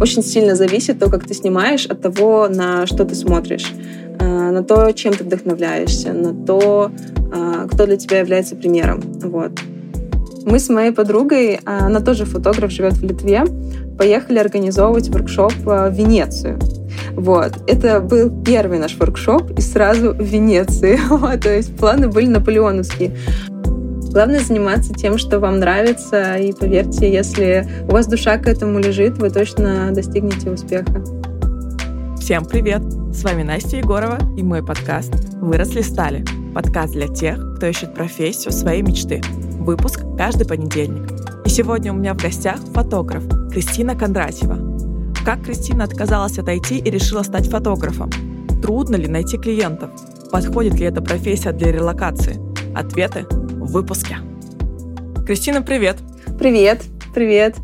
очень сильно зависит то, как ты снимаешь, от того, на что ты смотришь, на то, чем ты вдохновляешься, на то, кто для тебя является примером. Вот. Мы с моей подругой, она тоже фотограф, живет в Литве, поехали организовывать воркшоп в Венецию. Вот. Это был первый наш воркшоп, и сразу в Венеции. Вот. То есть планы были наполеоновские. Главное заниматься тем, что вам нравится, и поверьте, если у вас душа к этому лежит, вы точно достигнете успеха. Всем привет! С вами Настя Егорова и мой подкаст «Выросли-стали». Подкаст для тех, кто ищет профессию своей мечты. Выпуск каждый понедельник. И сегодня у меня в гостях фотограф Кристина Кондратьева. Как Кристина отказалась от IT и решила стать фотографом? Трудно ли найти клиентов? Подходит ли эта профессия для релокации? Ответы в выпуске. Кристина, привет! Привет! Привет!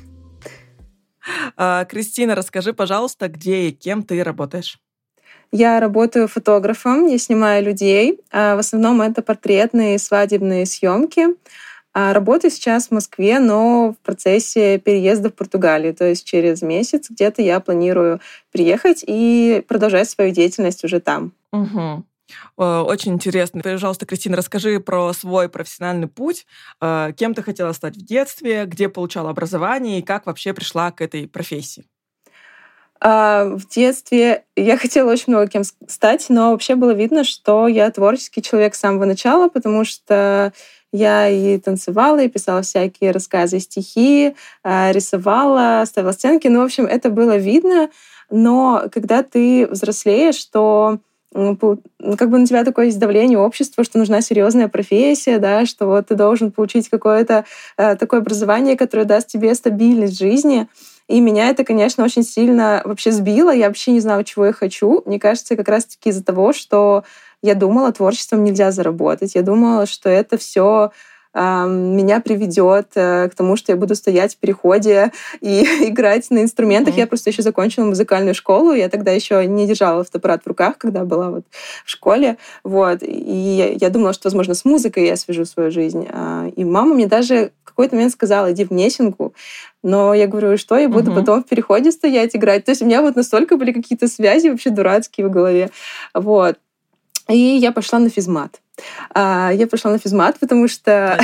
Кристина, расскажи, пожалуйста, где и кем ты работаешь? Я работаю фотографом, я снимаю людей. В основном это портретные и свадебные съемки. Работаю сейчас в Москве, но в процессе переезда в Португалию. То есть через месяц где-то я планирую приехать и продолжать свою деятельность уже там. Угу. Очень интересно. Пожалуйста, Кристина, расскажи про свой профессиональный путь. Кем ты хотела стать в детстве, где получала образование и как вообще пришла к этой профессии? В детстве я хотела очень много кем стать, но вообще было видно, что я творческий человек с самого начала, потому что я и танцевала, и писала всякие рассказы, стихи, рисовала, ставила сценки. Ну, в общем, это было видно. Но когда ты взрослеешь, то как бы на тебя такое есть давление общества, что нужна серьезная профессия, да, что вот ты должен получить какое-то такое образование, которое даст тебе стабильность в жизни. И меня это, конечно, очень сильно вообще сбило. Я вообще не знала, чего я хочу. Мне кажется, как раз-таки из-за того, что я думала, творчеством нельзя заработать. Я думала, что это все меня приведет к тому, что я буду стоять в переходе и играть на инструментах. Я просто еще закончила музыкальную школу. Я тогда еще не держала фотоаппарат в руках, когда была вот в школе. Вот. И я думала, что, возможно, с музыкой я свяжу свою жизнь. И мама мне даже в какой-то момент сказала: иди в Гнесинку. Но я говорю, что я буду потом в переходе стоять, играть. То есть у меня вот настолько были какие-то связи вообще дурацкие в голове. Вот. И я пошла на физмат. Потому что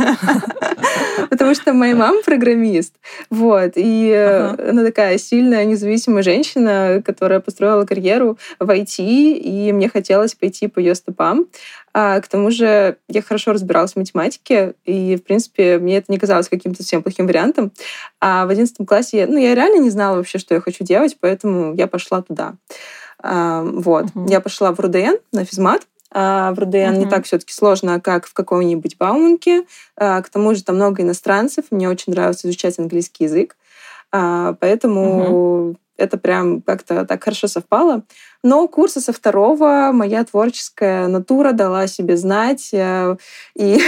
моя мама программист. Вот. И она такая сильная, независимая женщина, которая построила карьеру в IT, и мне хотелось пойти по ее стопам. К тому же я хорошо разбиралась в математике, и, в принципе, мне это не казалось каким-то совсем плохим вариантом. А в 11 классе я реально не знала вообще, что я хочу делать, поэтому я пошла туда. Вот. Я пошла в РУДН на физмат. В РУДН не так все-таки сложно, как в каком-нибудь Бауманке. К тому же там много иностранцев. Мне очень нравилось изучать английский язык. Поэтому это прям как-то так хорошо совпало. Но курса со второго моя творческая натура дала себе знать. И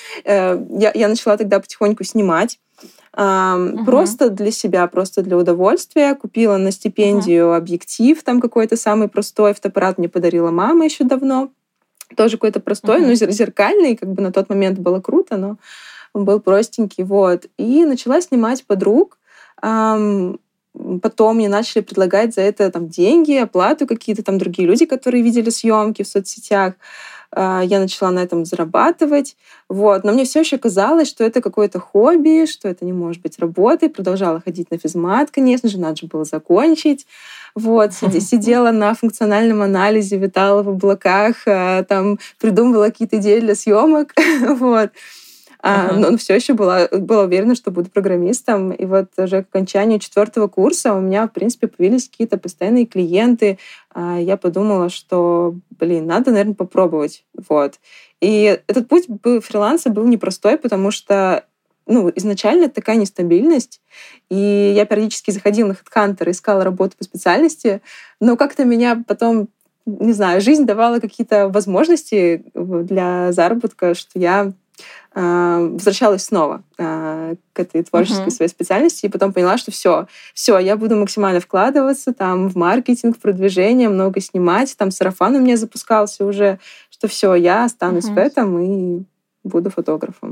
я начала тогда потихоньку снимать. Просто для себя, просто для удовольствия. Купила на стипендию объектив, там какой-то самый простой. Фотоаппарат мне подарила мама еще давно. Тоже какой-то простой, но зеркальный. Как бы на тот момент было круто, но он был простенький. Вот. И начала снимать подруг. Потом мне начали предлагать за это там деньги, оплату, какие-то там другие люди, которые видели съемки в соцсетях. Я начала на этом зарабатывать. Вот. Но мне все еще казалось, что это какое-то хобби, что это не может быть работой. Продолжала ходить на физмат, конечно же, надо же было закончить. Вот. Сидела на функциональном анализе, витала в облаках, там придумывала какие-то идеи для съемок. Вот. Но все еще была уверена, что буду программистом. И вот уже к окончанию 4 курса у меня, в принципе, появились какие-то постоянные клиенты. Я подумала, что, надо, наверное, попробовать. Вот. И этот путь фриланса был непростой, потому что изначально это такая нестабильность. И я периодически заходила на HeadHunter, искала работу по специальности, но как-то меня потом, не знаю, жизнь давала какие-то возможности для заработка, что я возвращалась снова к этой творческой своей специальности и потом поняла, что все, я буду максимально вкладываться там в маркетинг, в продвижение, много снимать. Там сарафан у меня запускался уже, что все, я останусь в этом и буду фотографом.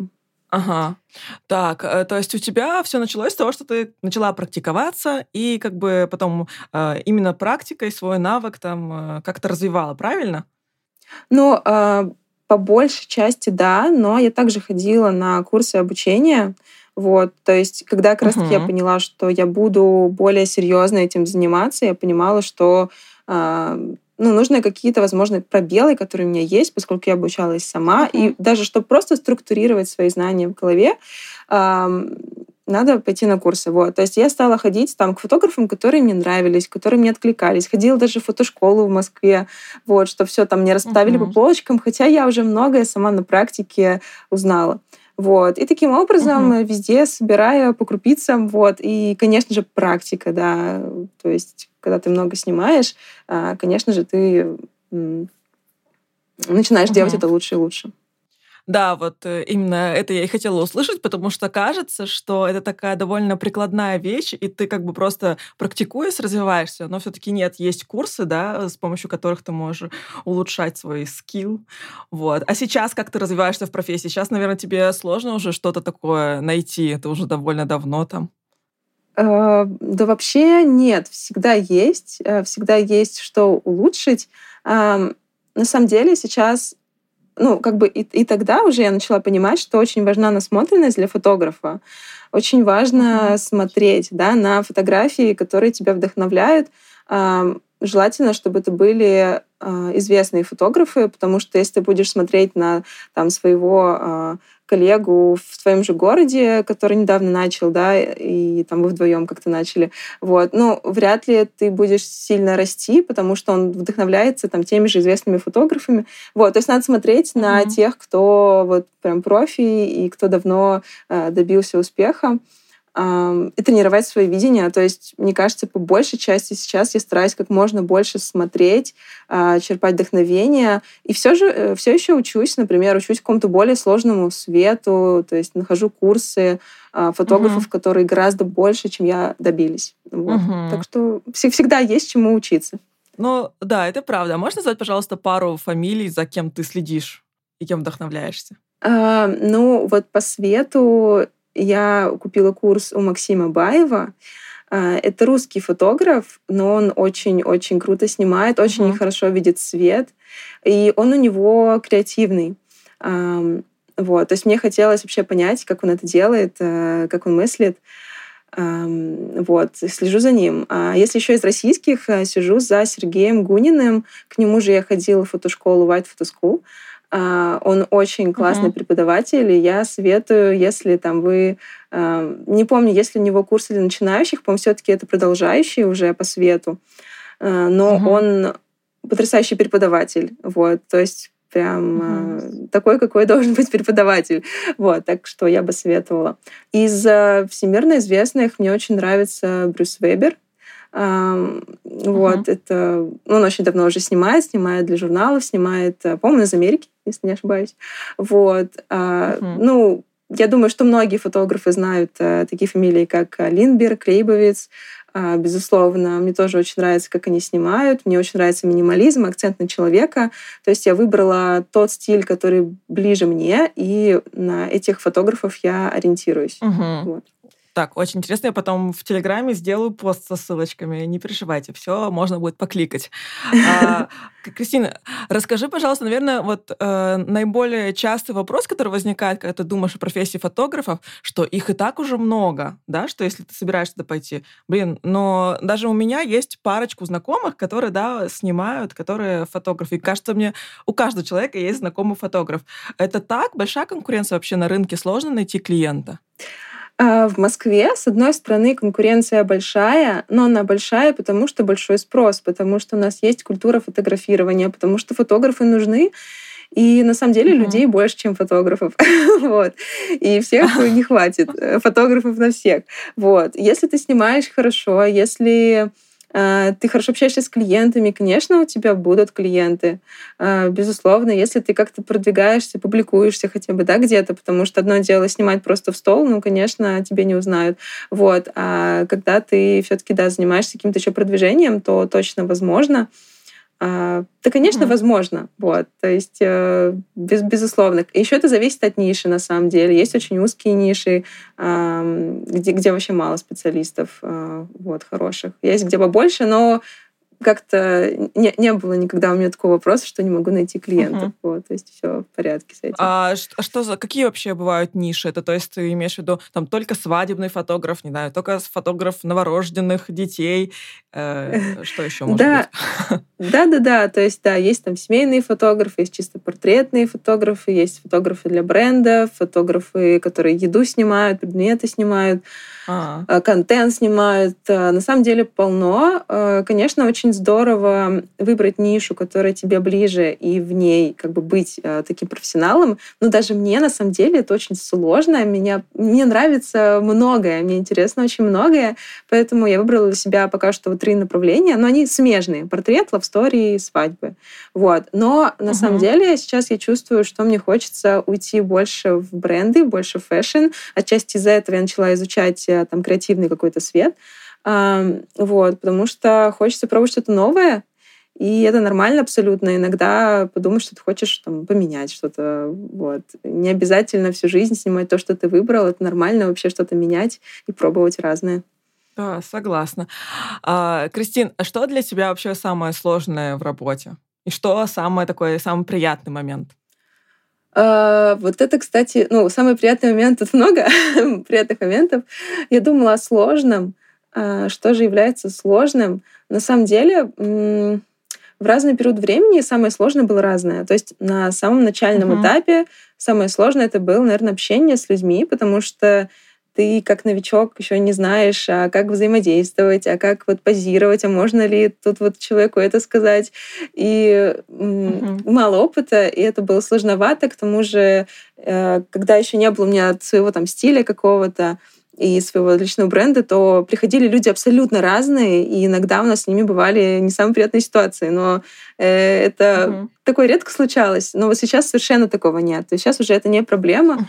Ага. Так, то есть у тебя все началось с того, что ты начала практиковаться и как бы потом именно практикой свой навык там как-то развивала, правильно? Ну, по большей части, да, но я также ходила на курсы обучения. Вот, то есть, когда как раз-таки я Мгм. поняла, что я буду более серьезно этим заниматься, я понимала, что а, ну, нужны какие-то, возможно, пробелы, которые у меня есть, поскольку я обучалась сама. И Мгм. даже чтобы просто структурировать свои знания в голове, ам, надо пойти на курсы. Вот. То есть я стала ходить там к фотографам, которые мне нравились, которые мне откликались. Ходила даже в фотошколу в Москве, вот, что все там мне расставили по Мгм. полочкам, хотя я уже многое сама на практике узнала. Вот. И таким образом Мгм. везде собираю по крупицам. Вот. И, конечно же, практика, да. То есть, когда ты много снимаешь, конечно же, ты начинаешь делать Мгм. это лучше и лучше. Да, вот именно это я и хотела услышать, потому что кажется, что это такая довольно прикладная вещь, и ты как бы просто практикуясь, развиваешься, но все-таки нет, есть курсы, да, с помощью которых ты можешь улучшать свой скилл. Вот. А сейчас как ты развиваешься в профессии? Сейчас, наверное, тебе сложно уже что-то такое найти. Это уже довольно давно там. Да вообще нет, всегда есть что улучшить. На самом деле сейчас, ну, как бы и тогда уже я начала понимать, что очень важна насмотренность для фотографа. Очень важно Мгм. смотреть, да, на фотографии, которые тебя вдохновляют. Желательно, чтобы это были известные фотографы, потому что если ты будешь смотреть на там, своего коллегу в твоем же городе, который недавно начал, да, и там вы вдвоем как-то начали, вот, ну, вряд ли ты будешь сильно расти, потому что он вдохновляется там теми же известными фотографами. Вот, то есть надо смотреть на Мгм. тех, кто вот прям профи и кто давно добился успеха, и тренировать свое видение. То есть, мне кажется, по большей части сейчас я стараюсь как можно больше смотреть, черпать вдохновение. И все же все еще учусь, например, учусь какому-то более сложному свету, то есть нахожу курсы Мгм. фотографов, которые гораздо больше, чем я, добились. Вот. Так Мгм. что всегда есть чему учиться. Ну да, это правда. А можешь назвать, пожалуйста, пару фамилий, за кем ты следишь и кем вдохновляешься? Ну, вот по свету я купила курс у Максима Баева. Это русский фотограф, но он очень-очень круто снимает, очень Мгм. хорошо видит свет, и он у него креативный. Ам, вот, то есть мне хотелось вообще понять, как он это делает, как он мыслит. Вот, слежу за ним. А если еще из российских, сижу за Сергеем Гуниным. К нему же я ходила в фотошколу White Photo School. Он очень классный Мгм. преподаватель, и я советую, если там вы... Не помню, есть ли у него курсы для начинающих, по-моему, все-таки это продолжающие уже по свету, но Мгм. он потрясающий преподаватель. Вот, то есть прям Мгм. такой, какой должен быть преподаватель. Вот, так что я бы советовала. Из всемирно известных мне очень нравится Брюс Вебер. Мгм. Вот, это... Он очень давно уже снимает для журналов, снимает, по-моему, из Америки, если не ошибаюсь. Вот. Мгм. Ну, я думаю, что многие фотографы знают такие фамилии, как Линдберг, Лейбовиц. Безусловно, мне тоже очень нравится, как они снимают. Мне очень нравится минимализм, акцент на человека. То есть я выбрала тот стиль, который ближе мне, и на этих фотографов я ориентируюсь. Мгм. Вот. Так, очень интересно. Я потом в Телеграме сделаю пост со ссылочками. Не переживайте, все можно будет покликать. А, Кристина, расскажи, пожалуйста, наверное, вот наиболее частый вопрос, который возникает, когда ты думаешь о профессии фотографов, что их и так уже много, да, что если ты собираешься туда пойти, блин, но даже у меня есть парочку знакомых, которые, да, снимают, которые фотографы. И кажется, мне у каждого человека есть знакомый фотограф. Это так? Большая конкуренция вообще на рынке? Сложно найти клиента? В Москве, с одной стороны, конкуренция большая, но она большая, потому что большой спрос, потому что у нас есть культура фотографирования, потому что фотографы нужны, и на самом деле Мгм. людей больше, чем фотографов. Вот. И всех не хватит, фотографов на всех. Вот. Если ты снимаешь хорошо, если ты хорошо общаешься с клиентами, конечно, у тебя будут клиенты. Безусловно, если ты как-то продвигаешься, публикуешься хотя бы, да, где-то, потому что одно дело снимать просто в стол, ну, конечно, тебе не узнают. Вот. А когда ты все таки да, занимаешься каким-то еще продвижением, то точно возможно. Да, конечно, возможно. Вот. То есть, безусловно. Еще это зависит от ниши, на самом деле. Есть очень узкие ниши, где вообще мало специалистов вот, хороших. Есть где побольше, но как-то не было никогда у меня такого вопроса, что не могу найти клиентов. Вот, то есть все в порядке с этим. Какие вообще бывают ниши? Это, то есть ты имеешь в виду там только свадебный фотограф, не знаю, только фотограф новорожденных детей? Что еще может быть? Да. То есть, да, есть там семейные фотографы, есть чисто портретные фотографы, есть фотографы для брендов, фотографы, которые еду снимают, предметы снимают, контент снимают. На самом деле полно. Конечно, очень здорово выбрать нишу, которая тебе ближе, и в ней как бы быть таким профессионалом. Но даже мне, на самом деле, это очень сложно. Мне нравится многое, мне интересно очень многое, поэтому я выбрала для себя пока что вот 3 направления, но они смежные. Портрет, лавстори, свадьбы. Вот. Но на самом деле сейчас я чувствую, что мне хочется уйти больше в бренды, больше в фэшн. Отчасти из-за этого я начала изучать там креативный какой-то свет. Вот, потому что хочется пробовать что-то новое, и это нормально абсолютно. Иногда подумать, что ты хочешь там, поменять что-то. Вот. Не обязательно всю жизнь снимать то, что ты выбрал. Это нормально вообще что-то менять и пробовать разное. Да, согласна. Кристин, а что для тебя вообще самое сложное в работе? И что самый приятный момент? Вот это, кстати, самый приятный момент, тут много приятных моментов. Я думала о сложном. Что же является сложным? На самом деле, в разный период времени самое сложное было разное. То есть на самом начальном этапе самое сложное это было, наверное, общение с людьми, потому что ты как новичок еще не знаешь, как взаимодействовать, как вот позировать, можно ли тут вот человеку это сказать. И мало опыта, и это было сложновато. К тому же, когда еще не было у меня своего там стиля какого-то и своего личного бренда, то приходили люди абсолютно разные, и иногда у нас с ними бывали не самые приятные ситуации. Но это такое редко случалось. Но вот сейчас совершенно такого нет. То есть сейчас уже это не проблема.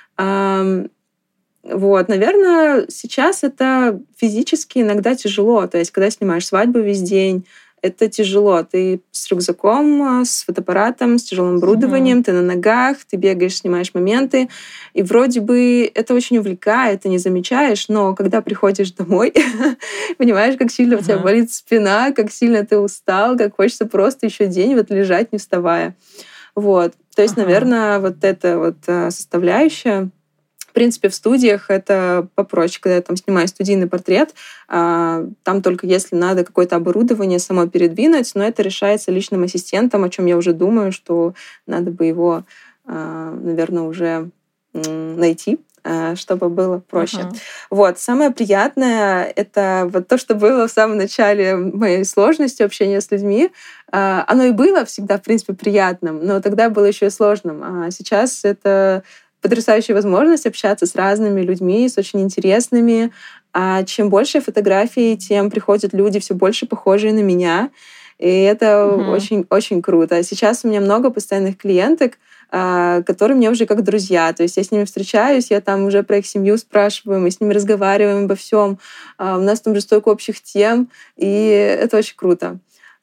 Вот, наверное, сейчас это физически иногда тяжело. То есть, когда снимаешь свадьбу весь день, это тяжело. Ты с рюкзаком, с фотоаппаратом, с тяжелым оборудованием, ты на ногах, ты бегаешь, снимаешь моменты. И вроде бы это очень увлекает, ты не замечаешь, но когда приходишь домой, понимаешь, как сильно у тебя болит спина, как сильно ты устал, как хочется просто еще день вот лежать, не вставая. Вот. То есть, наверное, вот эта вот составляющая. В принципе, в студиях это попроще, когда я там снимаю студийный портрет. Там только если надо какое-то оборудование само передвинуть, но это решается личным ассистентом, о чем я уже думаю, что надо бы его, наверное, уже найти, чтобы было проще. Вот. Самое приятное — это вот то, что было в самом начале моей сложности общения с людьми. Оно и было всегда, в принципе, приятным, но тогда было еще и сложным. А сейчас это потрясающая возможность общаться с разными людьми, с очень интересными. А чем больше фотографий, тем приходят люди все больше похожие на меня. И это очень-очень круто. Сейчас у меня много постоянных клиенток, которые мне уже как друзья. То есть я с ними встречаюсь, я там уже про их семью спрашиваю, мы с ними разговариваем обо всем. У нас там уже столько общих тем, и это очень круто.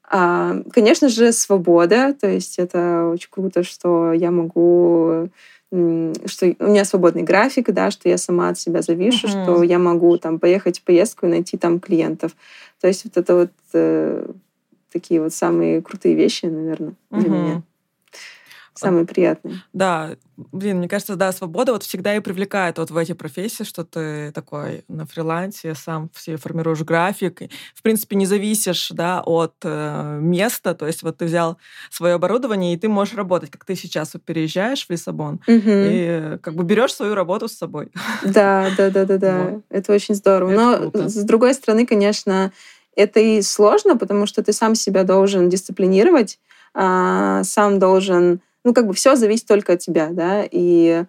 Конечно же, свобода. То есть это очень круто, что я могу... что у меня свободный график, да, что я сама от себя завишу, что я могу там поехать в поездку и найти там клиентов. То есть вот это вот такие вот самые крутые вещи, наверное, для меня. Самые приятные. Да, мне кажется, да, свобода вот всегда и привлекает вот в эти профессии, что ты такой на фрилансе, сам все формируешь график, и, в принципе, не зависишь, да, от места, то есть вот ты взял свое оборудование, и ты можешь работать, как ты сейчас вот переезжаешь в Лиссабон, и как бы берешь свою работу с собой. Да. Вот. Это очень здорово. Но с другой стороны, конечно, это и сложно, потому что ты сам себя должен дисциплинировать, сам должен... все зависит только от тебя, да, и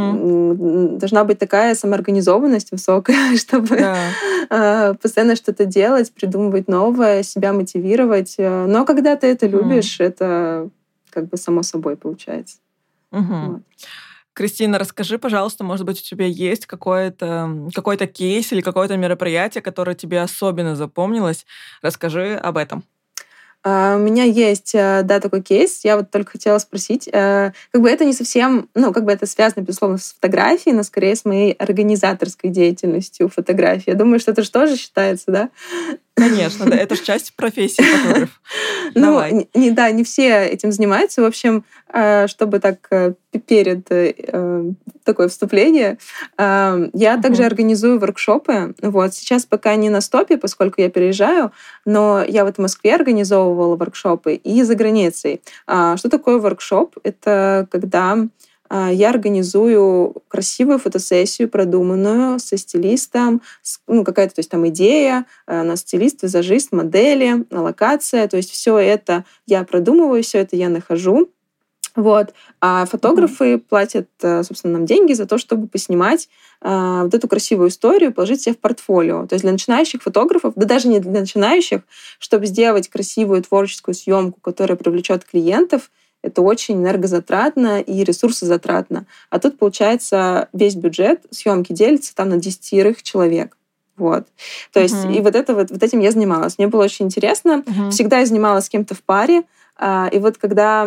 должна быть такая самоорганизованность высокая, чтобы постоянно что-то делать, придумывать новое, себя мотивировать. Но когда ты это любишь, это как бы само собой получается. Вот. Кристина, расскажи, пожалуйста, может быть, у тебя есть какой-то кейс или какое-то мероприятие, которое тебе особенно запомнилось? Расскажи об этом. У меня есть, да, такой кейс. Я вот только хотела спросить, как бы это не совсем, ну, как бы это связано, безусловно, с фотографией, но скорее с моей организаторской деятельностью фотографии. Я думаю, что это же тоже считается, да? Конечно, да, это же часть профессии фотограф. Ну, Давай. да, не все этим занимаются. В общем, чтобы так перед такое вступление, я также Мгм. организую воркшопы. Вот сейчас пока не на стопе, поскольку я переезжаю, но я вот в Москве организовывала воркшопы и за границей. Что такое воркшоп? Это когда я организую красивую фотосессию, продуманную, со стилистом, ну, какая-то, то есть там идея, у нас стилист, визажист, модели, локация, то есть все это я продумываю, все это я нахожу. Вот. А Мгм. фотографы платят, собственно, нам деньги за то, чтобы поснимать вот эту красивую историю, положить себе в портфолио. То есть для начинающих фотографов, да даже не для начинающих, чтобы сделать красивую творческую съемку, которая привлечет клиентов, это очень энергозатратно и ресурсозатратно. А тут, получается, весь бюджет съемки делится там на 10 человек. Вот. То есть и Мгм. вот этим я занималась. Мне было очень интересно. Мгм. Всегда я занималась с кем-то в паре. И вот когда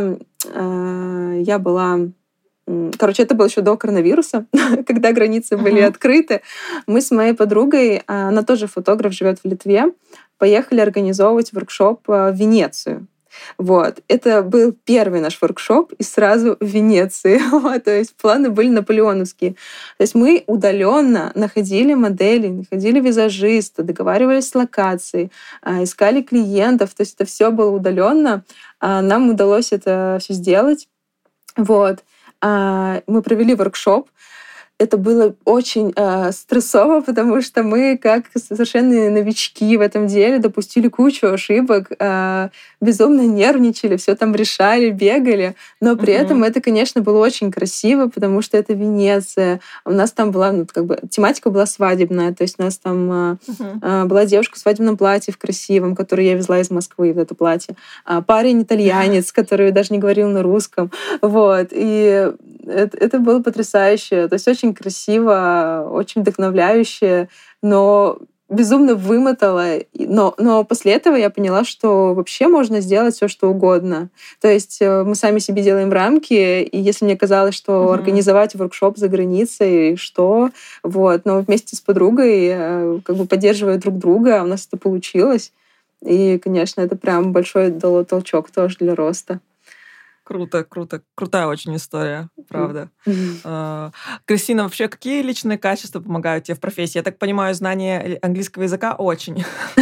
я была... Короче, это было еще до коронавируса, когда границы были Мгм. открыты. Мы с моей подругой, она тоже фотограф, живет в Литве, поехали организовывать воркшоп в Венецию. Вот. Это был первый наш воркшоп, и сразу в Венеции. Вот, то есть планы были наполеоновские. То есть мы удаленно находили модели, находили визажиста, договаривались с локацией, искали клиентов. То есть это все было удаленно. Нам удалось это все сделать. Вот. Мы провели воркшоп. Это было очень стрессово, потому что мы, как совершенные новички в этом деле, допустили кучу ошибок, безумно нервничали, все там решали, бегали. Но при этом Мгм. это, конечно, было очень красиво, потому что это Венеция. У нас там была, ну, как бы, тематика была свадебная, то есть у нас там Мгм. была девушка в свадебном платье в красивом, которую я везла из Москвы, в это платье. Парень итальянец, который даже не говорил на русском. Вот. И это было потрясающе. То есть очень красиво, очень вдохновляюще, но безумно вымотало. Но после этого я поняла, что вообще можно сделать все, что угодно. То есть мы сами себе делаем рамки, и если мне казалось, что Мгм. организовать воркшоп за границей, что? Вот. Но вместе с подругой, как бы поддерживая друг друга, у нас это получилось. И, конечно, это прям большой дало толчок тоже для роста. Круто, круто. Крутая очень история, М. правда. А, Кристина, вообще, какие личные качества помогают тебе в профессии? Я так понимаю, знание английского языка очень.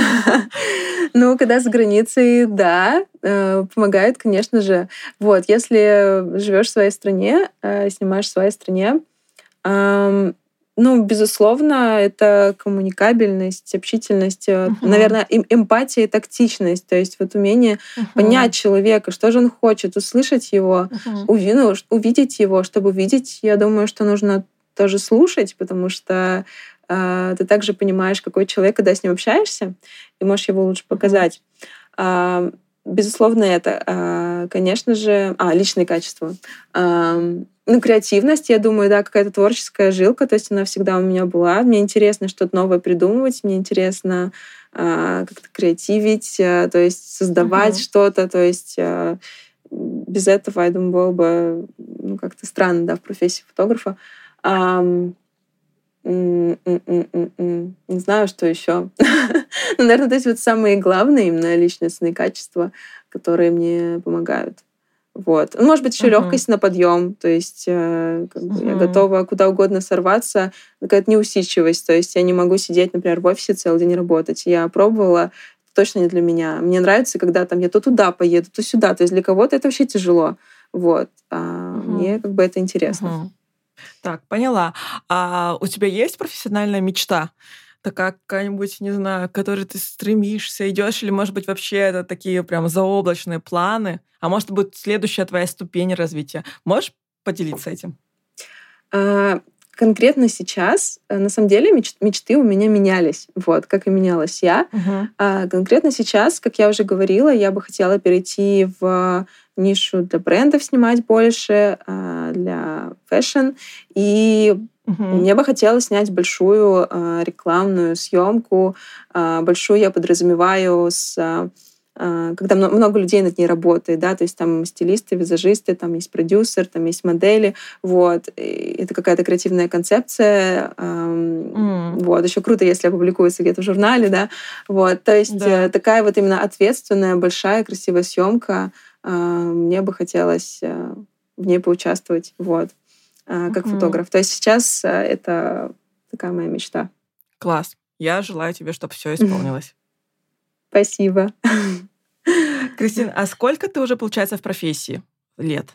Ну, когда за границей, да, помогает, конечно же. Вот, если живешь в своей стране, снимаешь в своей стране, ам, ну, безусловно, это коммуникабельность, общительность, Мгм. наверное, эмпатия и тактичность. То есть вот умение понять Мгм. человека, что же он хочет, услышать его, Мгм. увидеть его. Чтобы увидеть, я думаю, что нужно тоже слушать, потому что ты также понимаешь, какой человек, когда с ним общаешься, и можешь его лучше Мгм. показать. А, Безусловно, это, конечно же, личные качества. Ну, креативность, я думаю, да, какая-то творческая жилка, то есть она всегда у меня была. Мне интересно что-то новое придумывать, мне интересно как-то креативить, то есть создавать Мгм. что-то, то есть без этого, я думаю, было бы ну, как-то странно, да, в профессии фотографа. Ам, Не знаю, что еще. Ну, наверное, вот эти вот самые главные именно личностные качества, которые мне помогают. Вот. Ну, может быть, еще Мгм. легкость на подъем. То есть как бы я Мгм. готова куда угодно сорваться. Какая-то неусидчивость. То есть я не могу сидеть, например, в офисе целый день работать. Я пробовала, точно не для меня. Мне нравится, когда там я то туда поеду, то сюда. То есть для кого-то это вообще тяжело. Вот. Мне Мгм. как бы это интересно. Мгм. Так, поняла. А у тебя есть профессиональная мечта? Такая какая-нибудь, не знаю, к которой ты стремишься, идешь, или, может быть, вообще это такие прям заоблачные планы? А может быть, следующая твоя ступень развития? Можешь поделиться этим? А, Конкретно сейчас, на самом деле, мечты у меня менялись, вот, как и менялась я. Мгм. Конкретно сейчас, как я уже говорила, я бы хотела перейти в нишу для брендов, снимать больше, для фэшн. И Мгм. мне бы хотелось снять большую рекламную съемку. Большую я подразумеваю с когда много людей над ней работает, да, то есть там стилисты, визажисты, там есть продюсер, там есть модели, вот. И это какая-то креативная концепция. Вот. Еще круто, если опубликуется где-то в журнале, да. Вот. То есть такая вот именно ответственная, большая, красивая съемка. Мне бы хотелось в ней поучаствовать, вот, как фотограф. То есть сейчас это такая моя мечта. Класс. Я желаю тебе, чтобы все исполнилось. Спасибо. Кристина, а сколько ты уже, получается, в профессии лет?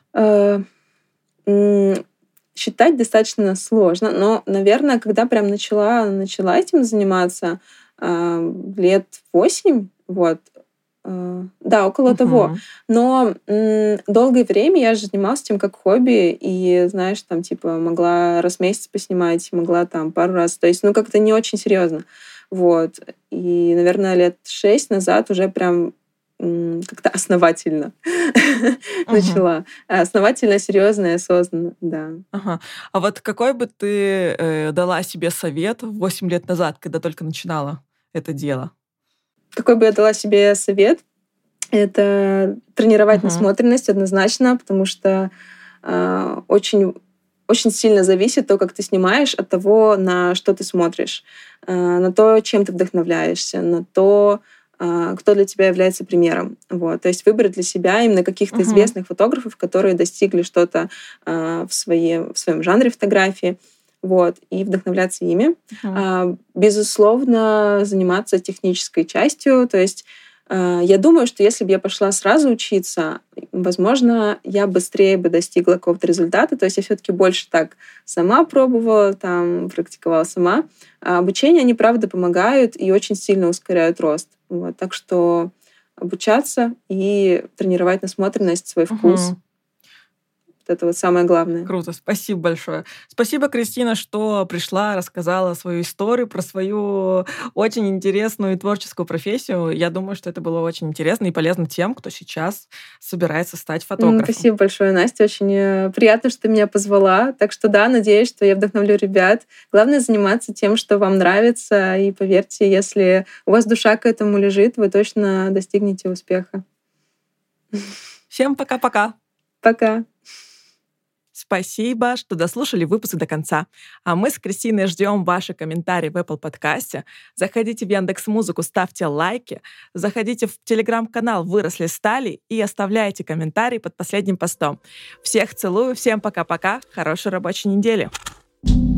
Считать достаточно сложно, но, наверное, когда прям начала этим заниматься, лет 8, вот, да, около того. Но долгое время я же занималась этим как хобби, и, знаешь, там, типа, могла раз в месяц поснимать, могла там пару раз. То есть, как-то не очень серьезно. Вот. И, наверное, лет 6 назад уже прям как-то основательно начала. Основательно, серьезно и осознанно, да. А вот какой бы ты дала себе совет 8 лет назад, когда только начинала это дело? Какой бы я дала себе совет? Это тренировать насмотренность однозначно, потому что очень, очень сильно зависит то, как ты снимаешь, от того, на что ты смотришь, на то, чем ты вдохновляешься, на то, кто для тебя является примером. Вот. То есть выбрать для себя именно каких-то известных фотографов, которые достигли что-то в своем жанре фотографии, вот, и вдохновляться ими. Безусловно, заниматься технической частью. То есть я думаю, что если бы я пошла сразу учиться, возможно, я быстрее бы достигла какого-то результата. То есть я все-таки больше так сама пробовала, там, практиковала сама. А обучение, они, правда, помогают и очень сильно ускоряют рост. Вот. Так что обучаться и тренировать насмотренность, свой вкус. Это вот самое главное. Круто, спасибо большое. Спасибо, Кристина, что пришла, рассказала свою историю про свою очень интересную и творческую профессию. Я думаю, что это было очень интересно и полезно тем, кто сейчас собирается стать фотографом. Спасибо большое, Настя. Очень приятно, что ты меня позвала. Так что да, надеюсь, что я вдохновлю ребят. Главное заниматься тем, что вам нравится. И поверьте, если у вас душа к этому лежит, вы точно достигнете успеха. Всем пока-пока. Пока. Спасибо, что дослушали выпуск до конца. А мы с Кристиной ждем ваши комментарии в Apple подкасте. Заходите в Яндекс.Музыку, ставьте лайки, заходите в Телеграм-канал «Выросли стали» и оставляйте комментарии под последним постом. Всех целую, всем пока-пока, хорошей рабочей недели.